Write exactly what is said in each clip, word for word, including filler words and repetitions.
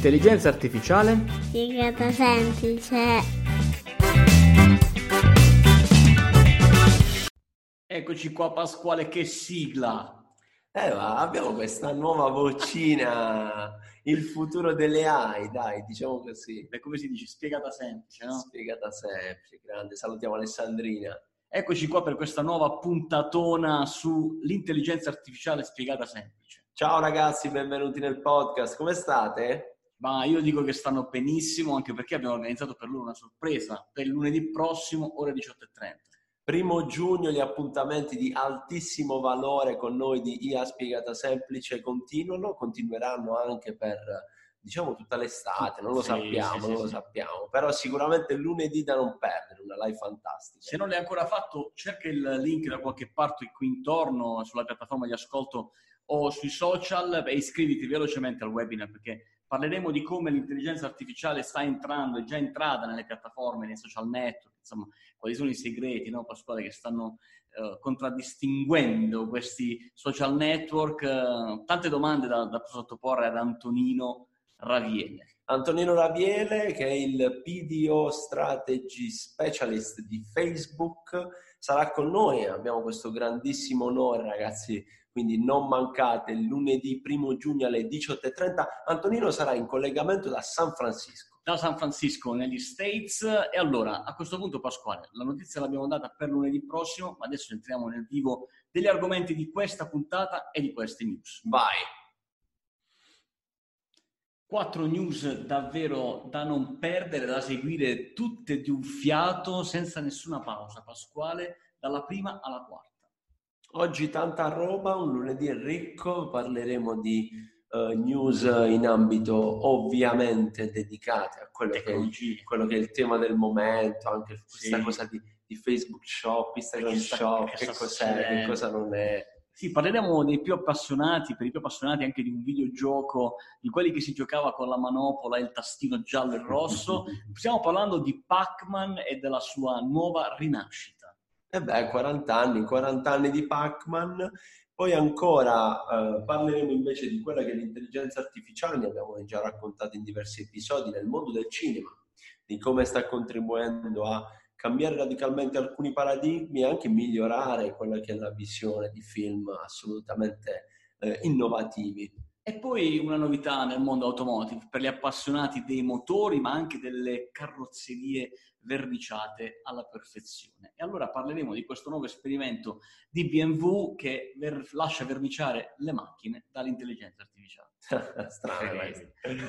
L'intelligenza artificiale spiegata semplice. Eccoci qua Pasquale, che sigla! Eh, ma abbiamo questa nuova vocina, il futuro delle A I, dai, diciamo così. Beh, come si dice? Spiegata semplice, no? Spiegata semplice, grande. Salutiamo Alessandrina. Eccoci qua per questa nuova puntatona sull'intelligenza artificiale spiegata semplice. Ciao ragazzi, benvenuti nel podcast, come state? Ma io dico che stanno benissimo, anche perché abbiamo organizzato per loro una sorpresa per il lunedì prossimo, ore diciotto e trenta. Primo giugno gli appuntamenti di altissimo valore con noi di I A Spiegata Semplice continuano, continueranno anche per, diciamo, tutta l'estate, non lo Sì, sappiamo, sì, non sì, lo sì. sappiamo, però sicuramente lunedì da non perdere, una live fantastica. Se non l'hai ancora fatto, cerca il link da qualche parte qui intorno, sulla piattaforma di ascolto o sui social e iscriviti velocemente al webinar, perché parleremo di come l'intelligenza artificiale sta entrando, è già entrata nelle piattaforme, nei social network, insomma, quali sono i segreti, no, Pasquale, che stanno eh, contraddistinguendo questi social network. Eh, tante domande da, da sottoporre ad Antonino Raviele. Antonino Raviele, che è il P D O Strategy Specialist di Facebook, sarà con noi. Abbiamo questo grandissimo onore, ragazzi, quindi non mancate, lunedì primo giugno alle diciotto e trenta. Antonino sarà in collegamento da San Francisco. Da San Francisco, negli States. E allora, a questo punto, Pasquale, la notizia l'abbiamo data per lunedì prossimo, ma adesso entriamo nel vivo degli argomenti di questa puntata e di queste news. Vai! Quattro news davvero da non perdere, da seguire tutte di un fiato, senza nessuna pausa, Pasquale, dalla prima alla quarta. Oggi tanta roba, un lunedì ricco, parleremo di uh, news in ambito ovviamente dedicate a quello che, è il, quello che è il tema del momento, anche questa Sì. cosa di, di Facebook Shop, Instagram Che sta- Shop, che che, sta cos'è, succedendo? che cosa non è. Sì, parleremo dei più appassionati, per i più appassionati anche di un videogioco, di quelli che si giocava con la manopola e il tastino giallo e rosso. Stiamo parlando di Pac-Man e della sua nuova rinascita. E beh, quaranta anni, quaranta anni di Pac-Man. Poi ancora eh, parleremo invece di quella che è l'intelligenza artificiale, ne abbiamo già raccontato in diversi episodi, nel mondo del cinema, di come sta contribuendo a cambiare radicalmente alcuni paradigmi e anche migliorare quella che è la visione di film assolutamente eh, innovativi. E poi una novità nel mondo automotive per gli appassionati dei motori, ma anche delle carrozzerie verniciate alla perfezione. E allora parleremo di questo nuovo esperimento di B M W che ver- lascia verniciare le macchine dall'intelligenza artificiale. Strano questo.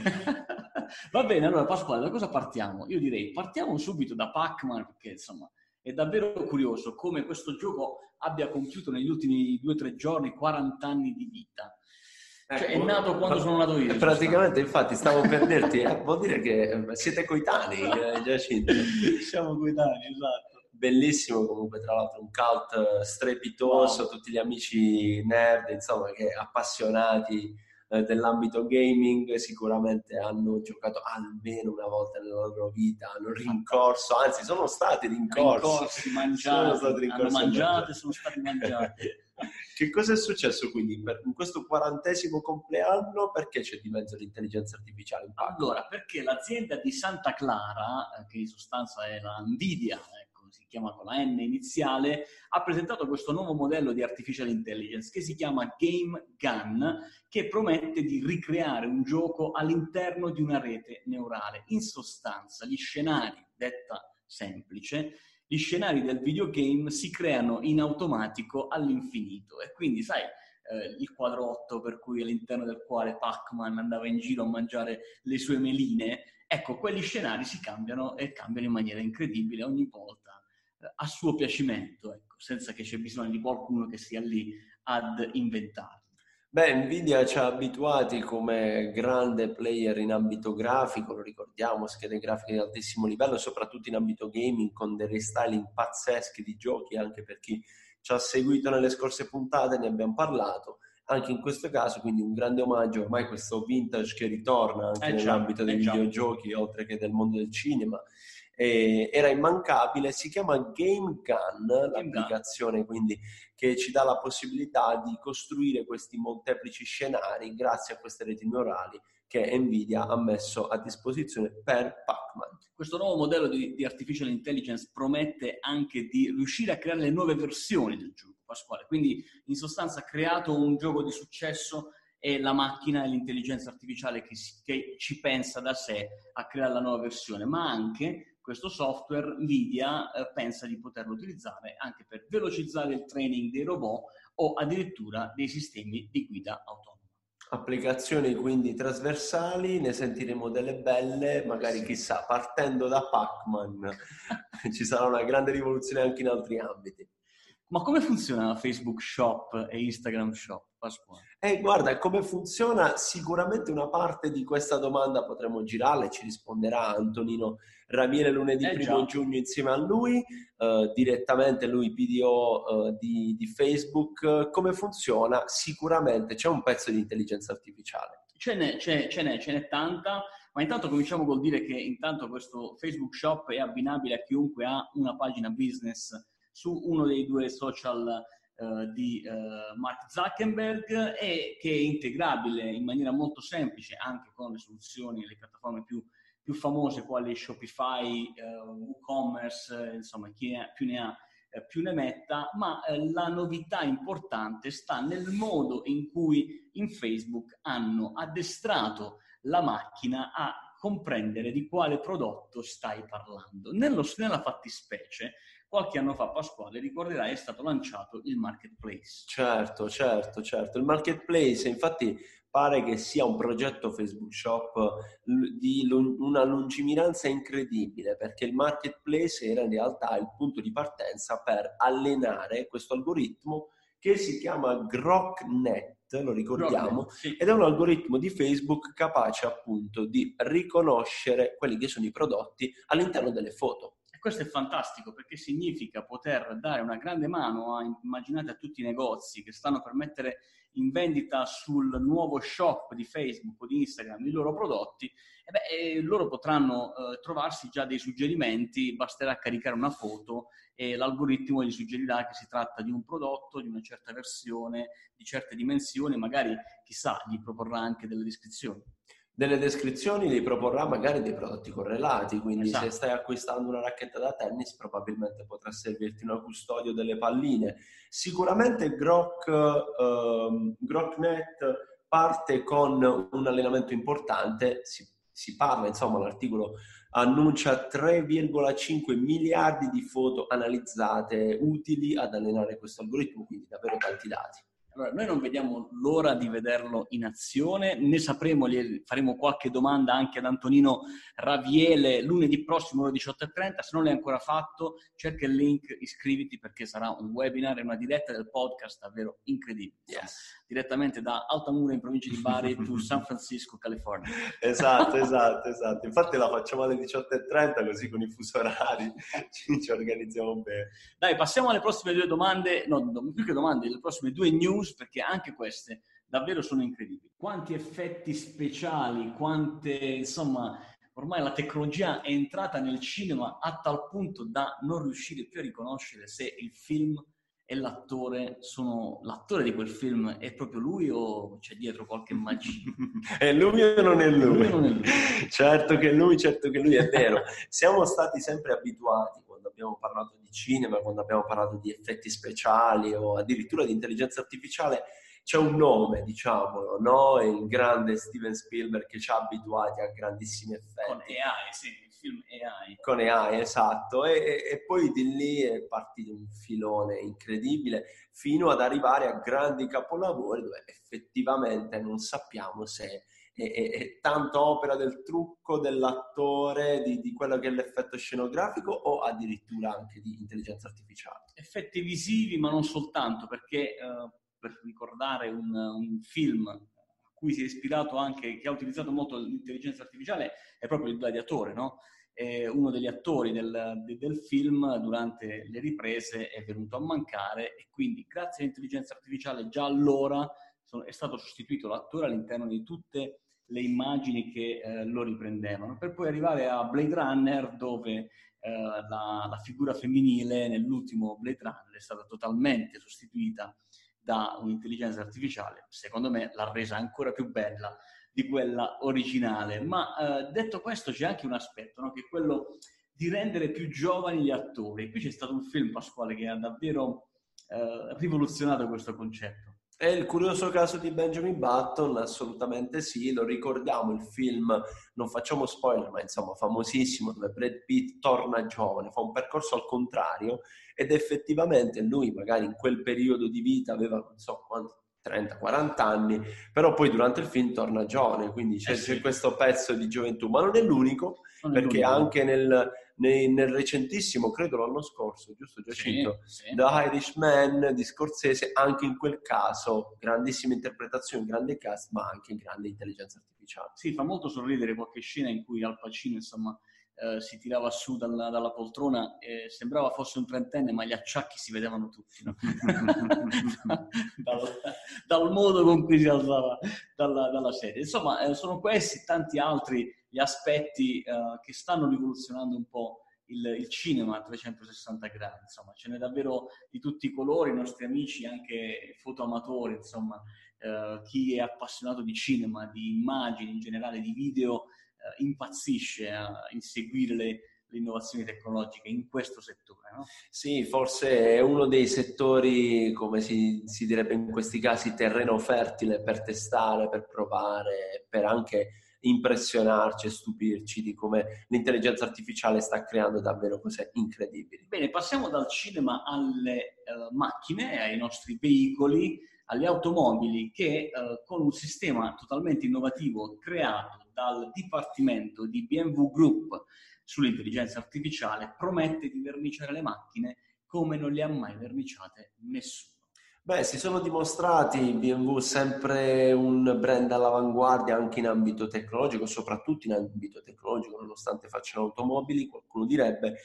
Va bene, allora Pasquale, da cosa partiamo? Io direi partiamo subito da Pac-Man, perché insomma è davvero curioso come questo gioco abbia compiuto negli ultimi due o tre giorni quaranta anni di vita. Cioè, Ecco, è nato quando sono nato io. Praticamente, infatti, stavo per dirti, eh, vuol dire che siete coetanei, eh, Giacinto. Siamo coetanei, esatto. Bellissimo comunque, tra l'altro, un cult strepitoso, wow. Tutti gli amici nerd, insomma, che appassionati eh, dell'ambito gaming sicuramente hanno giocato almeno una volta nella loro vita, hanno rincorso, anzi sono stati rincorsi, rincorsi mangiati, sono stati rincorsi hanno mangiato e sono stati mangiati. Che cosa è successo quindi per, in questo quarantesimo compleanno? Perché c'è di mezzo l'intelligenza artificiale? Allora, perché l'azienda di Santa Clara, che in sostanza è la Nvidia, ecco, si chiama con la N iniziale, ha presentato questo nuovo modello di artificial intelligence che si chiama Game Gun, che promette di ricreare un gioco all'interno di una rete neurale. In sostanza, gli scenari, detta semplice, gli scenari del videogame si creano in automatico all'infinito e quindi sai eh, il quadrotto per cui all'interno del quale Pac-Man andava in giro a mangiare le sue meline, ecco, quegli scenari si cambiano e cambiano in maniera incredibile ogni volta eh, a suo piacimento, ecco, senza che c'è bisogno di qualcuno che sia lì ad inventarli. Beh, Nvidia ci ha abituati come grande player in ambito grafico, lo ricordiamo, schede grafiche di altissimo livello, soprattutto in ambito gaming, con dei restyling pazzeschi di giochi, anche per chi ci ha seguito nelle scorse puntate, ne abbiamo parlato. Anche in questo caso, quindi un grande omaggio, ormai questo vintage che ritorna anche eh nell'ambito già, dei eh videogiochi, già. Oltre che del mondo del cinema. Eh, era immancabile, si chiama Game Gun, Game l'applicazione Gun. Quindi che ci dà la possibilità di costruire questi molteplici scenari grazie a queste reti neurali che Nvidia ha messo a disposizione per Pac-Man. Questo nuovo modello di, di artificial intelligence promette anche di riuscire a creare le nuove versioni del gioco, Pasquale. Quindi in sostanza ha creato un gioco di successo e la macchina e l'intelligenza artificiale che, si, che ci pensa da sé a creare la nuova versione, ma anche questo software Nvidia eh, pensa di poterlo utilizzare anche per velocizzare il training dei robot o addirittura dei sistemi di guida autonoma. Applicazioni quindi trasversali, ne sentiremo delle belle, magari chissà, partendo da Pac-Man ci sarà una grande rivoluzione anche in altri ambiti. Ma come funziona Facebook Shop e Instagram Shop, Pasquale? Eh, guarda, come funziona? Sicuramente una parte di questa domanda potremo girarla e ci risponderà Antonino Raviele lunedì eh primo giugno insieme a lui, eh, direttamente lui P D O eh, di, di Facebook. Come funziona? Sicuramente c'è un pezzo di intelligenza artificiale. Ce n'è, c'è, ce n'è, ce n'è tanta, ma intanto cominciamo col dire che intanto questo Facebook Shop è abbinabile a chiunque ha una pagina business su uno dei due social uh, di uh, Mark Zuckerberg e che è integrabile in maniera molto semplice anche con le soluzioni, le piattaforme più, più famose quali Shopify, uh, WooCommerce, uh, insomma chi ne ha, più ne ha uh, più ne metta, ma uh, la novità importante sta nel modo in cui in Facebook hanno addestrato la macchina a comprendere di quale prodotto stai parlando. Nello, nella fattispecie, qualche anno fa, Pasquale, ricorderai, è stato lanciato il Marketplace. Certo, certo, certo. Il Marketplace, infatti, pare che sia un progetto Facebook Shop di una lungimiranza incredibile, perché il Marketplace era in realtà il punto di partenza per allenare questo algoritmo che si chiama GrokNet, lo ricordiamo, GrokNet, sì. Ed è un algoritmo di Facebook capace appunto di riconoscere quelli che sono i prodotti all'interno delle foto. Questo è fantastico perché significa poter dare una grande mano, a, immaginate a tutti i negozi che stanno per mettere in vendita sul nuovo shop di Facebook o di Instagram i loro prodotti, e beh, e loro potranno eh, trovarsi già dei suggerimenti, basterà caricare una foto e l'algoritmo gli suggerirà che si tratta di un prodotto, di una certa versione, di certe dimensioni, magari chissà gli proporrà anche delle descrizioni. Delle descrizioni li proporrà magari dei prodotti correlati, quindi esatto. Se stai acquistando una racchetta da tennis probabilmente potrà servirti una custodio delle palline. Sicuramente Grok, eh, GrokNet parte con un allenamento importante, si, si parla, insomma l'articolo annuncia tre virgola cinque miliardi di foto analizzate utili ad allenare questo algoritmo, quindi davvero tanti dati. Allora, noi non vediamo l'ora di vederlo in azione, ne sapremo, faremo qualche domanda anche ad Antonino Raviele lunedì prossimo alle diciotto e trenta, se non l'hai ancora fatto cerca il link, iscriviti perché sarà un webinar e una diretta del podcast davvero incredibile. Yes. Direttamente da Altamura in provincia di Bari to San Francisco, California. Esatto, esatto, esatto. Infatti la facciamo alle diciotto e trenta così con i fusi orari ci, ci organizziamo bene. Dai, passiamo alle prossime due domande, no, più che domande, le prossime due news, perché anche queste davvero sono incredibili. Quanti effetti speciali, quante, insomma, ormai la tecnologia è entrata nel cinema a tal punto da non riuscire più a riconoscere se il film e l'attore sono l'attore di quel film è proprio lui o c'è dietro qualche magia? È lui o non è lui? lui, non è lui. Certo che lui, certo che lui, è vero. Siamo stati sempre abituati quando abbiamo parlato di cinema, quando abbiamo parlato di effetti speciali o addirittura di intelligenza artificiale, c'è un nome, diciamolo, no? È il grande Steven Spielberg che ci ha abituati a grandissimi effetti. Con A I, sì, il film A I. Con A I, esatto. E, e poi di lì è partito un filone incredibile fino ad arrivare a grandi capolavori dove effettivamente non sappiamo se è, è, è tanto opera del trucco dell'attore, di, di quello che è l'effetto scenografico o addirittura anche di intelligenza artificiale. Effetti visivi, ma non soltanto, perché... Uh... per ricordare un, un film a cui si è ispirato anche, che ha utilizzato molto l'intelligenza artificiale, è proprio Il Gladiatore, no? E uno degli attori del, del film durante le riprese è venuto a mancare e quindi grazie all'intelligenza artificiale già allora sono, è stato sostituito l'attore all'interno di tutte le immagini che eh, lo riprendevano, per poi arrivare a Blade Runner dove eh, la, la figura femminile nell'ultimo Blade Runner è stata totalmente sostituita da un'intelligenza artificiale. Secondo me l'ha resa ancora più bella di quella originale. Ma eh, detto questo c'è anche un aspetto, no? Che è quello di rendere più giovani gli attori. Qui c'è stato un film, Pasquale, che ha davvero eh, rivoluzionato questo concetto. È il curioso caso di Benjamin Button, assolutamente sì, lo ricordiamo, il film, non facciamo spoiler, ma insomma famosissimo, dove Brad Pitt torna giovane, fa un percorso al contrario ed effettivamente lui magari in quel periodo di vita aveva non so quanti, trenta quaranta anni, però poi durante il film torna giovane, quindi c'è, Eh sì. c'è questo pezzo di gioventù, ma non è l'unico, Non è perché l'unico. anche nel, nel, nel recentissimo, credo l'anno scorso, giusto Giacinto? Sì, sì. The Irishman di Scorsese, anche in quel caso grandissima interpretazione, grande cast, ma anche grande intelligenza artificiale. Sì, fa molto sorridere qualche scena in cui Al Pacino, insomma, eh, si tirava su dalla, dalla poltrona e sembrava fosse un trentenne, ma gli acciacchi si vedevano tutti, no? dal, dal modo con cui si alzava dalla, dalla sedia. Insomma, eh, sono questi tanti altri gli aspetti eh, che stanno rivoluzionando un po' il, il cinema a trecentosessanta gradi. Insomma, ce n'è davvero di tutti i colori, i nostri amici, anche fotoamatori, insomma, eh, chi è appassionato di cinema, di immagini in generale, di video, eh, impazzisce a inseguire le, le innovazioni tecnologiche in questo settore, no? Sì, forse è uno dei settori, come si, si direbbe in questi casi, terreno fertile per testare, per provare, per anche impressionarci e stupirci di come l'intelligenza artificiale sta creando davvero cose incredibili. Bene, passiamo dal cinema alle eh, macchine, ai nostri veicoli, alle automobili che eh, con un sistema totalmente innovativo creato dal Dipartimento di B M W Group sull'intelligenza artificiale promette di verniciare le macchine come non le ha mai verniciate nessuno. Beh, si sono dimostrati B M W sempre un brand all'avanguardia anche in ambito tecnologico, soprattutto in ambito tecnologico, nonostante facciano automobili, qualcuno direbbe,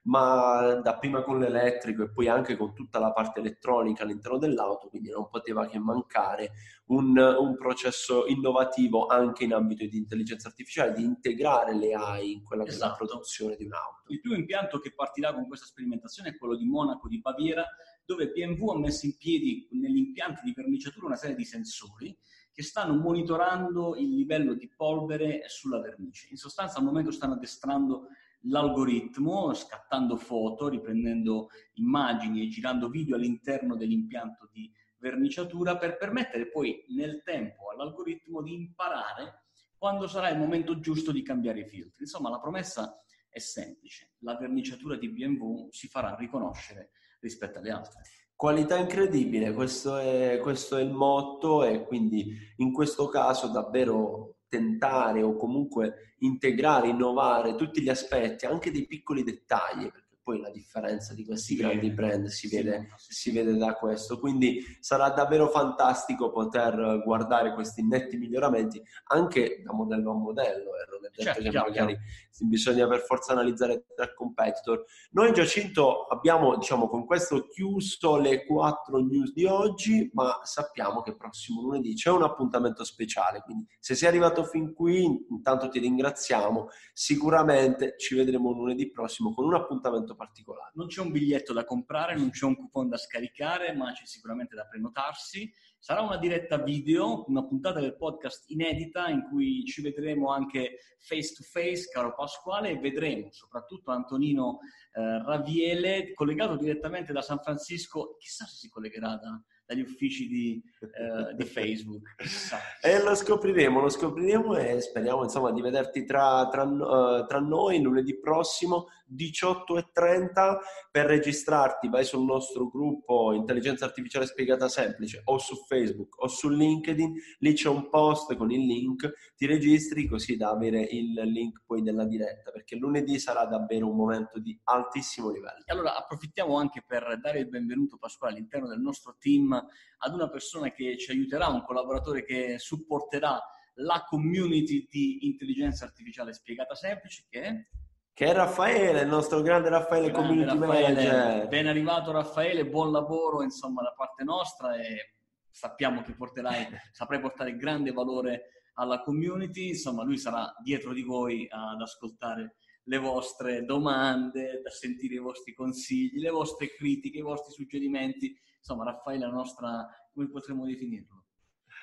ma dapprima con l'elettrico e poi anche con tutta la parte elettronica all'interno dell'auto, quindi non poteva che mancare un, un processo innovativo anche in ambito di intelligenza artificiale, di integrare le A I in quella che Esatto. è la produzione di un'auto. Il primo impianto che partirà con questa sperimentazione è quello di Monaco di Baviera, dove B M W ha messo in piedi negli impianti di verniciatura una serie di sensori che stanno monitorando il livello di polvere sulla vernice. In sostanza al momento stanno addestrando l'algoritmo, scattando foto, riprendendo immagini e girando video all'interno dell'impianto di verniciatura per permettere poi nel tempo all'algoritmo di imparare quando sarà il momento giusto di cambiare i filtri. Insomma, la promessa è semplice: la verniciatura di B M W si farà riconoscere rispetto alle altre. Qualità incredibile, questo è, questo è il motto, e quindi in questo caso davvero tentare o comunque integrare, innovare tutti gli aspetti, anche dei piccoli dettagli, perché poi la differenza di questi Si grandi vede. brand si, Si vede, vede, sì, si sì. vede da questo, quindi sarà davvero fantastico poter guardare questi netti miglioramenti anche da modello a modello, eh, non è detto Certo, che chiaro, magari chiaro. bisogna per forza analizzare tra competitor. Noi in Giacinto abbiamo, diciamo, con questo chiuso le quattro news di oggi, ma sappiamo che prossimo lunedì c'è un appuntamento speciale, quindi se sei arrivato fin qui intanto ti ringraziamo, sicuramente ci vedremo lunedì prossimo con un appuntamento particolare. Non c'è un biglietto da comprare, non c'è un coupon da scaricare, ma c'è sicuramente da prenotarsi. Sarà una diretta video, una puntata del podcast inedita in cui ci vedremo anche face to face, caro Pasquale, e vedremo soprattutto Antonino eh, Raviele collegato direttamente da San Francisco. Chissà se si collegherà da, dagli uffici di, eh, di Facebook. Chissà, chissà. E lo scopriremo, lo scopriremo e speriamo insomma di vederti tra, tra, uh, tra noi lunedì prossimo diciotto e trenta. Per registrarti vai sul nostro gruppo Intelligenza Artificiale Spiegata Semplice o su Facebook o su LinkedIn, lì c'è un post con il link, ti registri così da avere il link poi della diretta, perché lunedì sarà davvero un momento di altissimo livello. E allora approfittiamo anche per dare il benvenuto, Pasquale, all'interno del nostro team ad una persona che ci aiuterà, un collaboratore che supporterà la community di intelligenza artificiale spiegata semplice, che è... Che è Raffaele, il nostro grande Raffaele, grande community Raffaele. manager. Ben arrivato Raffaele, buon lavoro insomma da parte nostra, e sappiamo che porterai, saprai portare grande valore alla community. Insomma, lui sarà dietro di voi ad ascoltare le vostre domande, da sentire i vostri consigli, le vostre critiche, i vostri suggerimenti. Insomma, Raffaele è la nostra, come potremmo definirlo?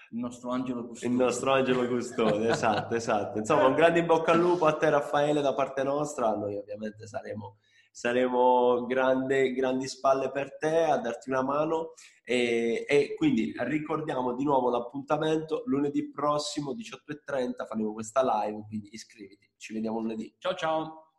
Il nostro angelo custode. Il nostro angelo custode, esatto, esatto. Insomma, un grande in bocca al lupo a te, Raffaele, da parte nostra. Noi ovviamente saremo, saremo grande, grandi spalle per te a darti una mano e, e quindi ricordiamo di nuovo l'appuntamento lunedì prossimo diciotto e trenta, faremo questa live, quindi iscriviti. Ci vediamo lunedì. Ciao ciao!